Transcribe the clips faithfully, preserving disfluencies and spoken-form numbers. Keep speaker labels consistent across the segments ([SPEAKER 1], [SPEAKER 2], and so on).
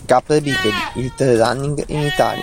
[SPEAKER 1] Capre bipedi, il trail running in Italia.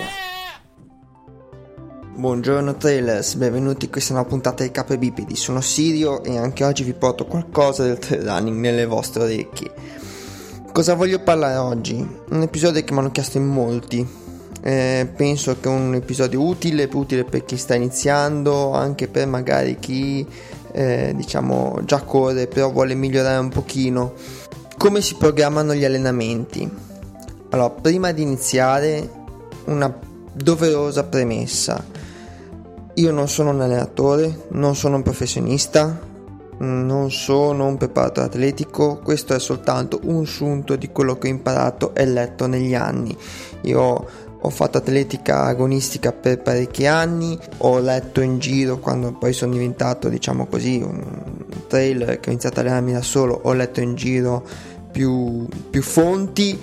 [SPEAKER 1] Buongiorno trailers, benvenuti in questa nuova puntata di Capre bipedi. Sono Sirio e anche oggi vi porto qualcosa del trail running nelle vostre orecchie. Cosa voglio parlare oggi? Un episodio che mi hanno chiesto in molti. Eh, penso che è un episodio utile, utile per chi sta iniziando, anche per magari chi eh, diciamo già corre però vuole migliorare un pochino. Come si programmano gli allenamenti? Allora, prima di iniziare, una doverosa premessa: io non sono un allenatore, non sono un professionista, non sono un preparatore atletico, questo è soltanto un sunto di quello che ho imparato e letto negli anni. Io ho fatto atletica agonistica per parecchi anni, ho letto in giro quando poi sono diventato, diciamo così, un trailer che ho iniziato a allenarmi da solo, ho letto in giro più, più fonti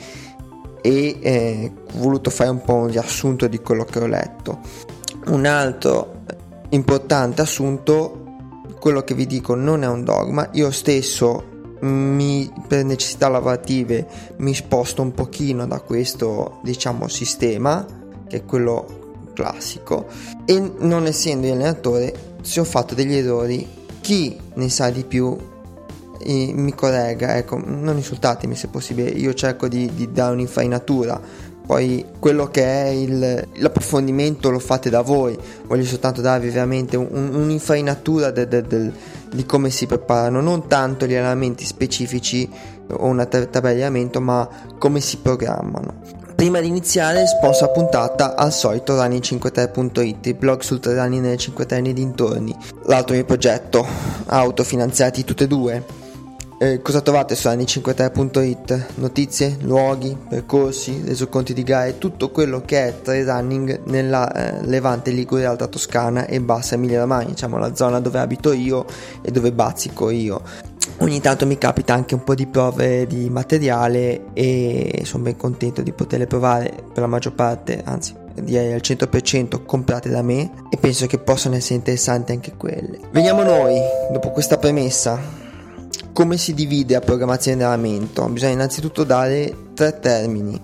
[SPEAKER 1] e eh, ho voluto fare un po' un riassunto di quello che ho letto. Un altro importante assunto, quello che vi dico non è un dogma. Io stesso mi, per necessità lavorative mi sposto un pochino da questo, diciamo, sistema che è quello classico, e non essendo allenatore, se ho fatto degli errori, chi ne sa di più mi corregga, ecco, non insultatemi se possibile, io cerco di, di dare un'infarinatura, poi quello che è il, l'approfondimento lo fate da voi, voglio soltanto darvi veramente un, un'infarinatura de, de, de, di come si preparano, non tanto gli allenamenti specifici o una tabella di allenamento, ma come si programmano. Prima di iniziare, sponsor puntata al solito running cinquantatré punto it, il blog sul trail running nelle cinquantatré e dintorni, l'altro mio progetto, autofinanziati tutte e due. Eh, cosa trovate su running cinquantatré punto it? Notizie, luoghi, percorsi, resoconti di gare, tutto quello che è trail running nella eh, Levante, Liguria, Alta Toscana e Bassa Emilia Romagna, diciamo la zona dove abito io e dove bazzico io. Ogni tanto mi capita anche un po' di prove di materiale e sono ben contento di poterle provare, per la maggior parte, anzi direi al cento per cento comprate da me, e penso che possano essere interessanti anche quelle. Veniamo noi, dopo questa premessa. Come si divide la programmazione di allenamento? Bisogna innanzitutto dare tre termini: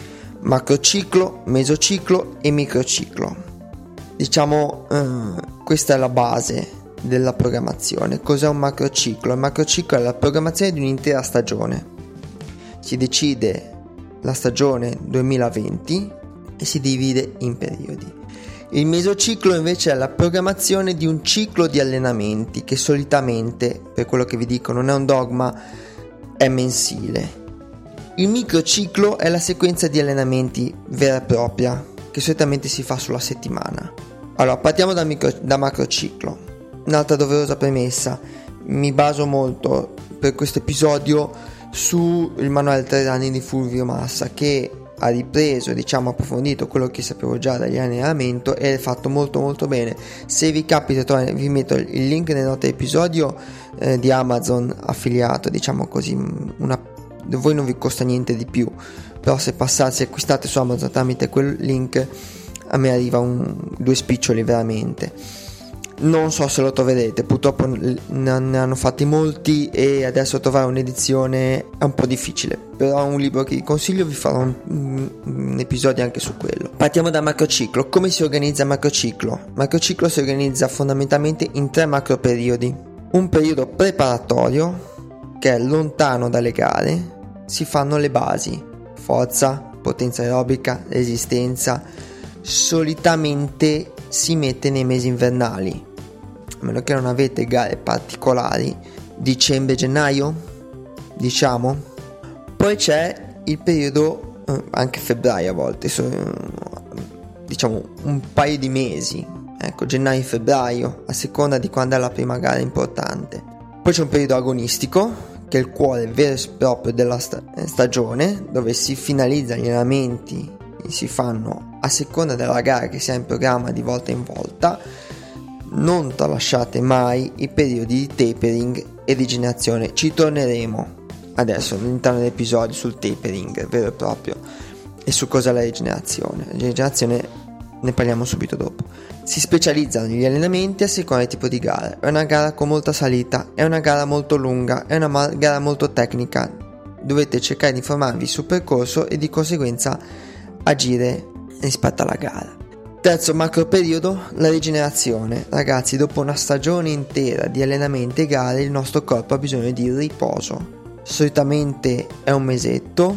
[SPEAKER 1] macrociclo, mesociclo e microciclo. Diciamo eh, questa è la base della programmazione. Cos'è un macrociclo? Il macrociclo è la programmazione di un'intera stagione. Si decide la stagione duemilaventi e si divide in periodi. Il mesociclo invece è la programmazione di un ciclo di allenamenti che solitamente, per quello che vi dico, non è un dogma, è mensile. Il microciclo è la sequenza di allenamenti vera e propria che solitamente si fa sulla settimana. Allora, partiamo da, micro, da macrociclo. Un'altra doverosa premessa: mi baso molto per questo episodio sul manuale trail running di Fulvio Massa, che ha ripreso, diciamo, approfondito quello che sapevo già dagli anni di allenamento e è fatto molto molto bene. Se vi capita trovare, vi metto il link nelle note episodio eh, di Amazon affiliato, diciamo così, una, voi non vi costa niente di più, però se passate, se acquistate su Amazon tramite quel link, a me arriva un, due spiccioli veramente. Non so se lo troverete, purtroppo ne hanno fatti molti e adesso trovare un'edizione è un po' difficile, però è un libro che vi consiglio, vi farò un, un episodio anche su quello. Partiamo dal macrociclo. Come si organizza il macrociclo? Il macrociclo si organizza fondamentalmente in tre macro periodi. Un periodo preparatorio, che è lontano dalle gare, si fanno le basi: forza, potenza aerobica, resistenza. Solitamente si mette nei mesi invernali, a meno che non avete gare particolari, dicembre-gennaio, diciamo. Poi c'è il periodo, eh, anche febbraio a volte, so, diciamo un paio di mesi, ecco, gennaio-febbraio, a seconda di quando è la prima gara importante. Poi c'è un periodo agonistico, che è il cuore vero e proprio della sta- stagione, dove si finalizzano gli allenamenti, si fanno a seconda della gara che si ha in programma di volta in volta. Non tralasciate mai i periodi di tapering e di generazione. Ci torneremo adesso all'interno dell'episodio sul tapering vero e proprio e su cosa è la rigenerazione. La rigenerazione ne parliamo subito dopo. Si specializzano gli allenamenti a seconda del tipo di gara. È una gara con molta salita, è una gara molto lunga, è una gara molto tecnica. dovete cercare di informarvi sul percorso e di conseguenza agire rispetto alla gara. Terzo macro periodo, la rigenerazione. Ragazzi, dopo una stagione intera di allenamenti e gare il nostro corpo ha bisogno di riposo. Solitamente è un mesetto,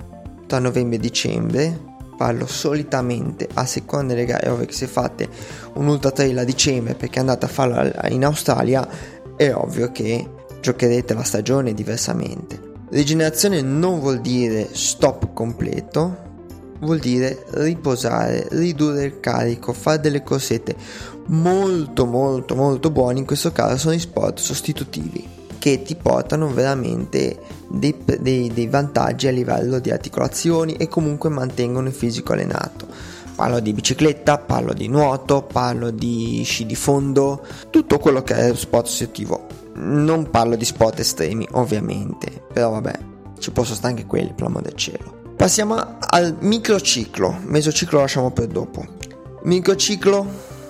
[SPEAKER 1] tra novembre e dicembre. Parlo solitamente a seconda delle gare, ovvio che se fate un ultra trail a dicembre perché andate a farlo in Australia è ovvio che giocherete la stagione diversamente. Rigenerazione non vuol dire stop completo, vuol dire riposare, ridurre il carico, fare delle corsette. Molto molto molto buoni in questo caso sono gli sport sostitutivi che ti portano veramente dei, dei, dei vantaggi a livello di articolazioni e comunque mantengono il fisico allenato. Parlo di bicicletta, parlo di nuoto, parlo di sci di fondo, tutto quello che è sport sostitutivo. Non parlo di sport estremi ovviamente, però vabbè, ci possono stare anche quelli per l'amor del cielo. Passiamo al microciclo, mesociclo lo lasciamo per dopo. Microciclo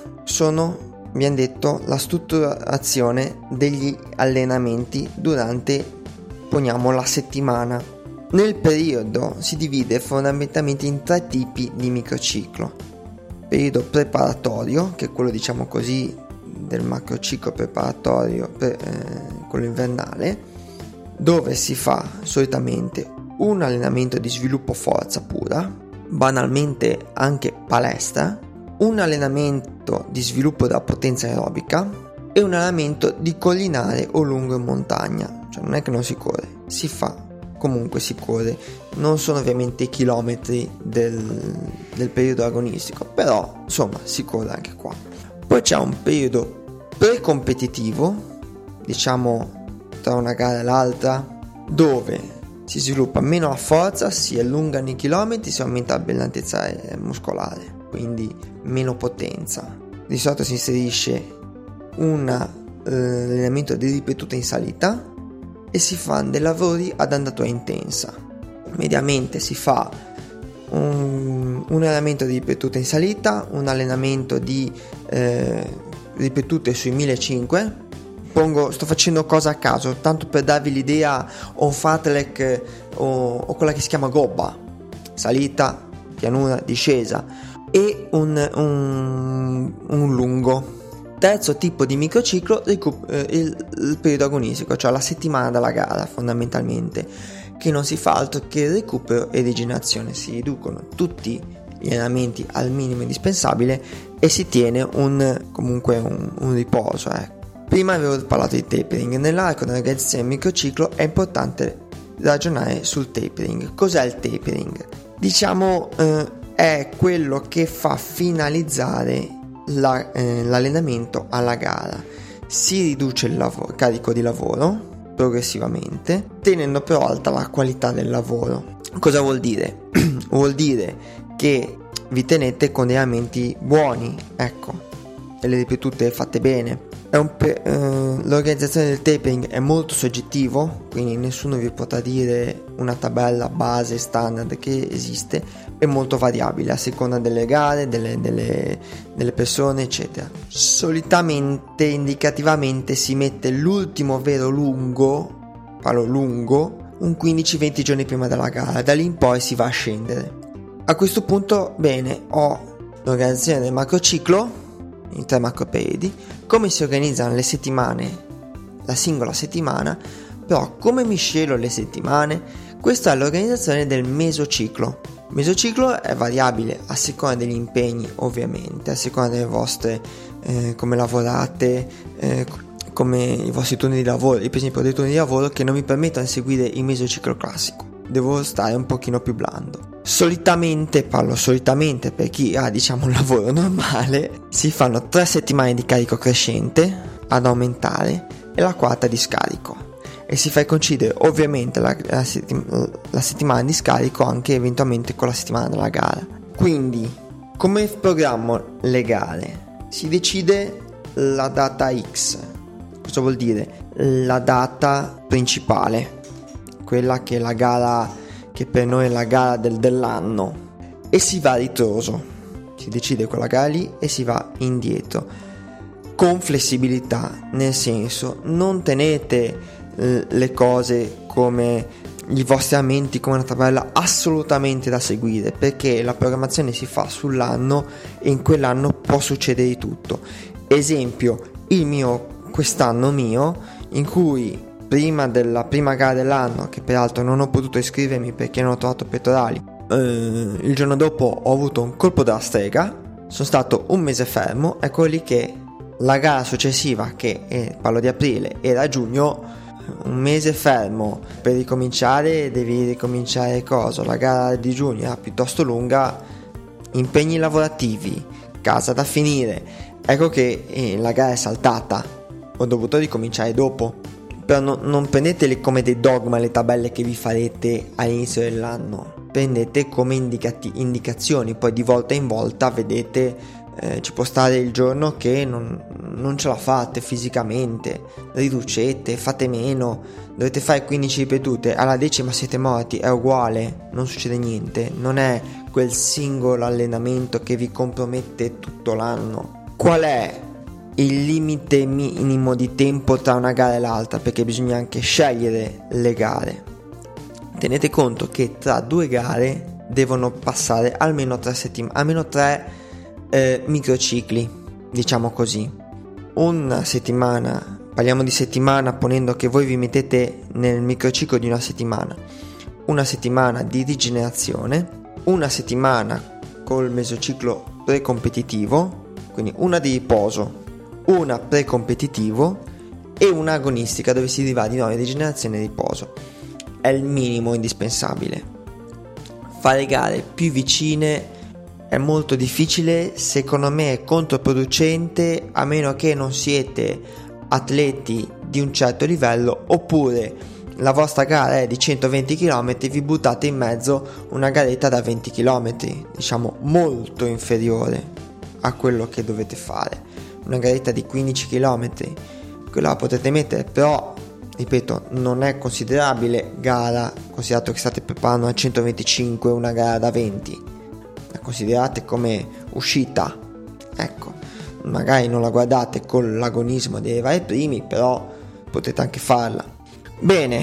[SPEAKER 1] sono, abbiamo detto, la strutturazione degli allenamenti durante, poniamo, la settimana. Nel periodo si divide fondamentalmente in tre tipi di microciclo. Periodo preparatorio, che è quello, diciamo così, del macrociclo preparatorio, per, eh, quello invernale, dove si fa solitamente un allenamento di sviluppo forza pura, banalmente anche palestra, un allenamento di sviluppo della potenza aerobica e un allenamento di collinare o lungo in montagna. Cioè non è che non si corre, si fa, comunque si corre. Non sono ovviamente i chilometri del, del periodo agonistico, però insomma si corre anche qua. Poi c'è un periodo pre-competitivo, diciamo tra una gara e l'altra, dove si sviluppa meno la forza, si allungano i chilometri, si aumenta la brillantezza muscolare, quindi meno potenza. Di solito si inserisce un eh, allenamento di ripetuta in salita e si fanno dei lavori ad andatura intensa. Mediamente si fa un, un allenamento di ripetuta in salita, un allenamento di eh, ripetute sui millecinquecento. Pongo, sto facendo cose a caso, tanto per darvi l'idea, o un fartlek o, o quella che si chiama gobba, salita, pianura, discesa, e un, un, un lungo. Terzo tipo di microciclo, recup- eh, il, il periodo agonistico, cioè la settimana della gara fondamentalmente, che non si fa altro che recupero e rigenerazione. Si riducono tutti gli allenamenti al minimo indispensabile e si tiene un, comunque un, un riposo, ecco. Prima avevo parlato di tapering. Nell'arco dell'organizzazione del microciclo è importante ragionare sul tapering. Cos'è il tapering? Diciamo eh, è quello che fa finalizzare la, eh, l'allenamento alla gara. Si riduce il lavoro, carico di lavoro progressivamente, tenendo però alta la qualità del lavoro. Cosa vuol dire? Vuol dire che vi tenete con dei allenamenti buoni, ecco, e le ripetute fatte bene. È un pe- eh, l'organizzazione del tapering è molto soggettivo, quindi nessuno vi potrà dire una tabella base standard che esiste, è molto variabile a seconda delle gare, delle, delle, delle persone eccetera. Solitamente, indicativamente, si mette l'ultimo vero lungo, parlo lungo, un quindici venti giorni prima della gara, da lì in poi si va a scendere. A questo punto, bene, ho l'organizzazione del macrociclo in tre macro periodi, come si organizzano le settimane, la singola settimana, però come miscelo le settimane, questa è l'organizzazione del mesociclo. Il mesociclo è variabile a seconda degli impegni, ovviamente, a seconda delle vostre, eh, come lavorate, eh, come i vostri turni di lavoro, per esempio dei turni di lavoro che non mi permettono di seguire il mesociclo classico. Devo stare un pochino più blando. Solitamente, parlo solitamente per chi ha diciamo un lavoro normale, si fanno tre settimane di carico crescente ad aumentare e la quarta di scarico, e si fa coincidere ovviamente la, la, settim- la settimana di scarico anche eventualmente con la settimana della gara. Quindi come programmo le gare? Si decide la data X. Cosa vuol dire? La data principale, quella che è la gara, che per noi è la gara del, dell'anno, e si va a ritroso, si decide quella gara lì e si va indietro con flessibilità, nel senso non tenete eh, le cose come i vostri aumenti come una tabella assolutamente da seguire, perché la programmazione si fa sull'anno e in quell'anno può succedere di tutto. Esempio, il mio quest'anno mio, in cui prima della prima gara dell'anno, che peraltro non ho potuto iscrivermi perché non ho trovato pettorali, eh, il giorno dopo ho avuto un colpo della strega, sono stato un mese fermo. Ecco lì che la gara successiva, che eh, parlo di aprile, era a giugno. Un mese fermo per ricominciare, devi ricominciare cosa? La gara di giugno era piuttosto lunga, impegni lavorativi, casa da finire. Ecco che eh, la gara è saltata, ho dovuto ricominciare dopo. Però no, non prendetele come dei dogma le tabelle che vi farete all'inizio dell'anno, prendete come indicati- indicazioni, poi di volta in volta vedete. Eh, ci può stare il giorno che non, non ce la fate fisicamente, riducete, fate meno, dovete fare quindici ripetute, alla decima siete morti, è uguale, non succede niente, non è quel singolo allenamento che vi compromette tutto l'anno. Qual è il limite minimo di tempo tra una gara e l'altra? Perché bisogna anche scegliere le gare. Tenete conto che tra due gare devono passare almeno tre settimane, almeno tre Eh, microcicli, diciamo così. Una settimana, parliamo di settimana ponendo che voi vi mettete nel microciclo di una settimana, una settimana di rigenerazione, una settimana col mesociclo precompetitivo, quindi una di riposo, una precompetitivo e una agonistica dove si va di nuovo in rigenerazione e riposo. È il minimo indispensabile. Fare gare più vicine è molto difficile, secondo me è controproducente, a meno che non siete atleti di un certo livello, oppure la vostra gara è di centoventi chilometri, vi buttate in mezzo una garetta da venti chilometri, diciamo molto inferiore a quello che dovete fare. Una garetta di quindici chilometri, quella la potete mettere, però ripeto, non è considerabile gara, considerato che state preparando a centoventicinque una gara da venti. La considerate come uscita, ecco, magari non la guardate con l'agonismo dei vari primi, però potete anche farla. Bene,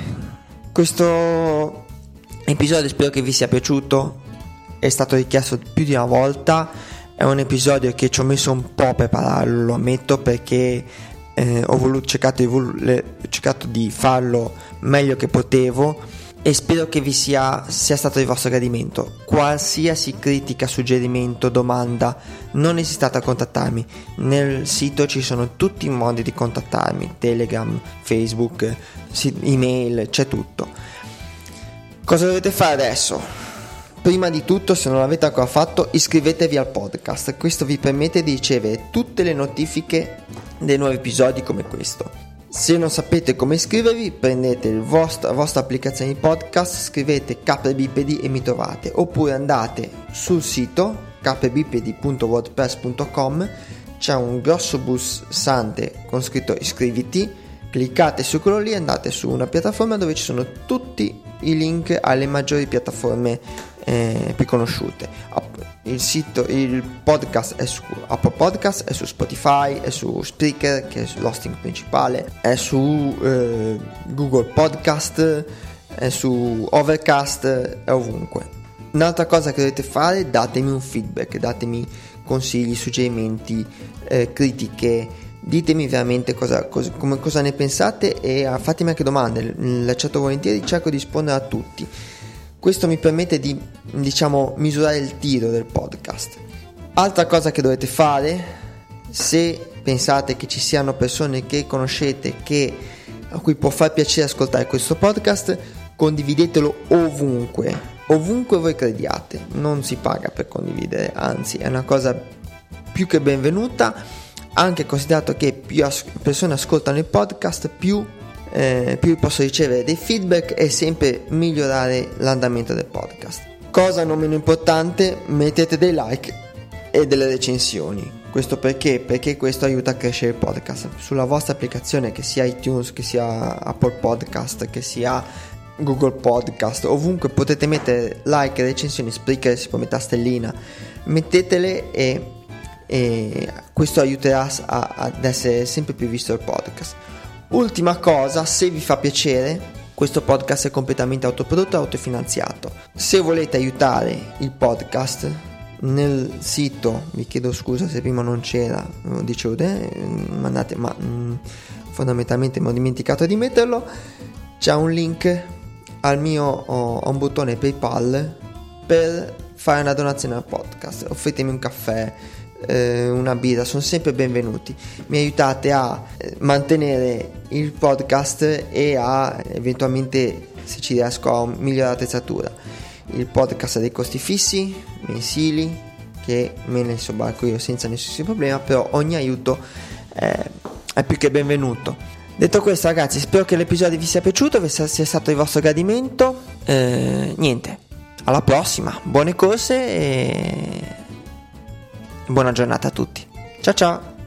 [SPEAKER 1] questo episodio spero che vi sia piaciuto, è stato richiesto più di una volta, è un episodio che ci ho messo un po' a prepararlo, lo ammetto, perché eh, ho voluto cercato di, vol- cercato di farlo meglio che potevo, e spero che vi sia, sia stato di vostro gradimento. Qualsiasi critica, suggerimento, domanda, non esitate a contattarmi. Nel sito ci sono tutti i modi di contattarmi: Telegram, Facebook, email, c'è tutto. Cosa dovete fare adesso? Prima di tutto, se non l'avete ancora fatto, iscrivetevi al podcast. Questo vi permette di ricevere tutte le notifiche dei nuovi episodi come questo. Se non sapete come iscrivervi, prendete il vostro, la vostra applicazione di podcast, scrivete Capre Bipedi e mi trovate, oppure andate sul sito caprebipedi punto wordpress punto com, c'è un grosso pulsante con scritto iscriviti, cliccate su quello lì e andate su una piattaforma dove ci sono tutti i link alle maggiori piattaforme eh, più conosciute. Il sito, il podcast è su Apple Podcast, è su Spotify, è su Spreaker, che è l'hosting principale, è su eh, Google Podcast, è su Overcast, è ovunque. Un'altra cosa che dovete fare: datemi un feedback, datemi consigli, suggerimenti, eh, critiche, ditemi veramente cosa, cosa, come, cosa ne pensate, e uh, fatemi anche domande, l'accetto volentieri, cerco di rispondere a tutti. Questo mi permette di, diciamo, misurare il tiro del podcast. Altra cosa che dovete fare, se pensate che ci siano persone che conoscete che, a cui può far piacere ascoltare questo podcast, condividetelo ovunque, ovunque voi crediate. Non si paga per condividere, anzi è una cosa più che benvenuta, anche considerato che più as- persone ascoltano il podcast, più Eh, più posso ricevere dei feedback e sempre migliorare l'andamento del podcast. Cosa non meno importante, mettete dei like e delle recensioni. Questo perché? Perché questo aiuta a crescere il podcast. Sulla vostra applicazione, che sia iTunes, che sia Apple Podcast, che sia Google Podcast, ovunque potete mettere like e recensioni. Spreaker si può mettere a stellina, mettetele e, e questo aiuterà a, ad essere sempre più visto il podcast. Ultima cosa, se vi fa piacere, Questo podcast è completamente autoprodotto e autofinanziato. Se volete aiutare il podcast, nel sito, vi chiedo scusa se prima non c'era, dicevo, eh, mandate, ma mh, fondamentalmente mi ho dimenticato di metterlo. C'è un link al mio, ho, ho un bottone PayPal per fare una donazione al podcast. Offritemi un caffè, eh, una birra, sono sempre benvenuti. Mi aiutate a mantenere il podcast e a eventualmente, se ci riesco, a migliorare l'attrezzatura. Il podcast ha dei costi fissi mensili che me ne sobbarco io senza nessun problema, però ogni aiuto eh, è più che benvenuto. Detto questo, ragazzi, spero che l'episodio vi sia piaciuto, vi sia stato di vostro gradimento. Eh, niente, alla prossima, buone corse e buona giornata a tutti. Ciao ciao.